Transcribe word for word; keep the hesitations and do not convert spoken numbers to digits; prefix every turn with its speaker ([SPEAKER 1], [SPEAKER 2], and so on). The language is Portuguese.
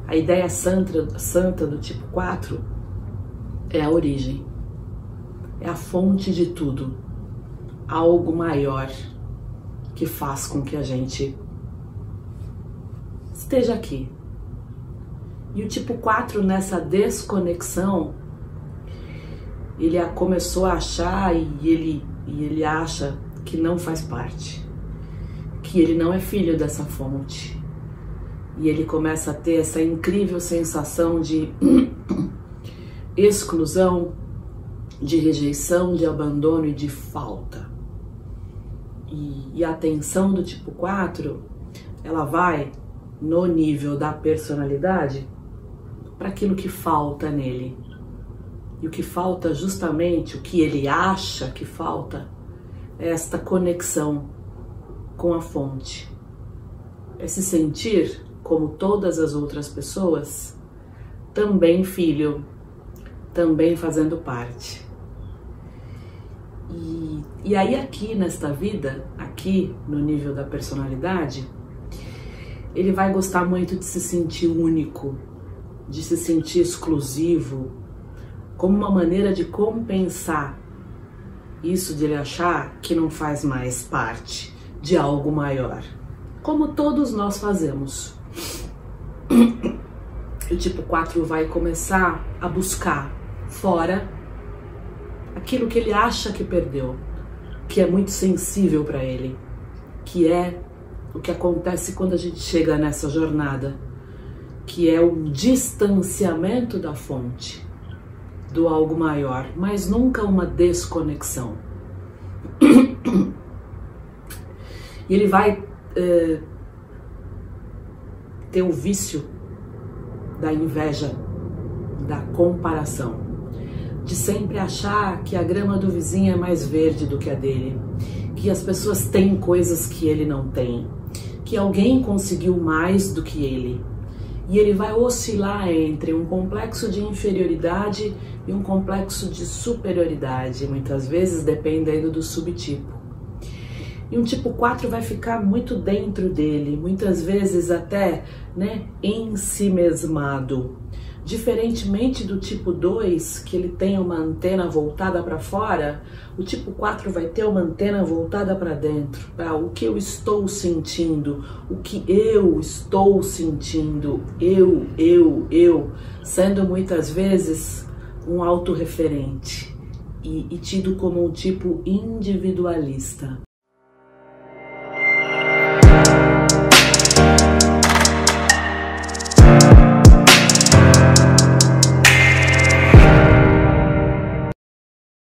[SPEAKER 1] A ideia santa, santa do tipo quatro é a origem, é a fonte de tudo, algo maior que faz com que a gente esteja aqui. E o tipo quatro, nessa desconexão, ele começou a achar e ele, e ele acha que não faz parte, que ele não é filho dessa fonte. E ele começa a ter essa incrível sensação de exclusão, de rejeição, de abandono e de falta. E, e a atenção do tipo quatro, ela vai no nível da personalidade para aquilo que falta nele. E o que falta justamente, o que ele acha que falta, é esta conexão com a fonte. É se sentir, como todas as outras pessoas, também filho, também fazendo parte. E, e aí aqui nesta vida, aqui no nível da personalidade, ele vai gostar muito de se sentir único, de se sentir exclusivo, como uma maneira de compensar isso de ele achar que não faz mais parte de algo maior, como todos nós fazemos. O tipo quatro vai começar a buscar fora aquilo que ele acha que perdeu, que é muito sensível para ele, que é o que acontece quando a gente chega nessa jornada, que é o distanciamento da fonte, do algo maior, mas nunca uma desconexão. E ele vai é, ter o vício da inveja, da comparação, de sempre achar que a grama do vizinho é mais verde do que a dele, que as pessoas têm coisas que ele não tem, que alguém conseguiu mais do que ele. E ele vai oscilar entre um complexo de inferioridade e um complexo de superioridade, muitas vezes dependendo do subtipo. E um tipo quatro vai ficar muito dentro dele, muitas vezes até, né, ensimesmado. Diferentemente do tipo dois, que ele tem uma antena voltada para fora, o tipo quatro vai ter uma antena voltada para dentro, para o que eu estou sentindo, o que eu estou sentindo, eu, eu, eu, sendo muitas vezes um autorreferente e, e tido como um tipo individualista.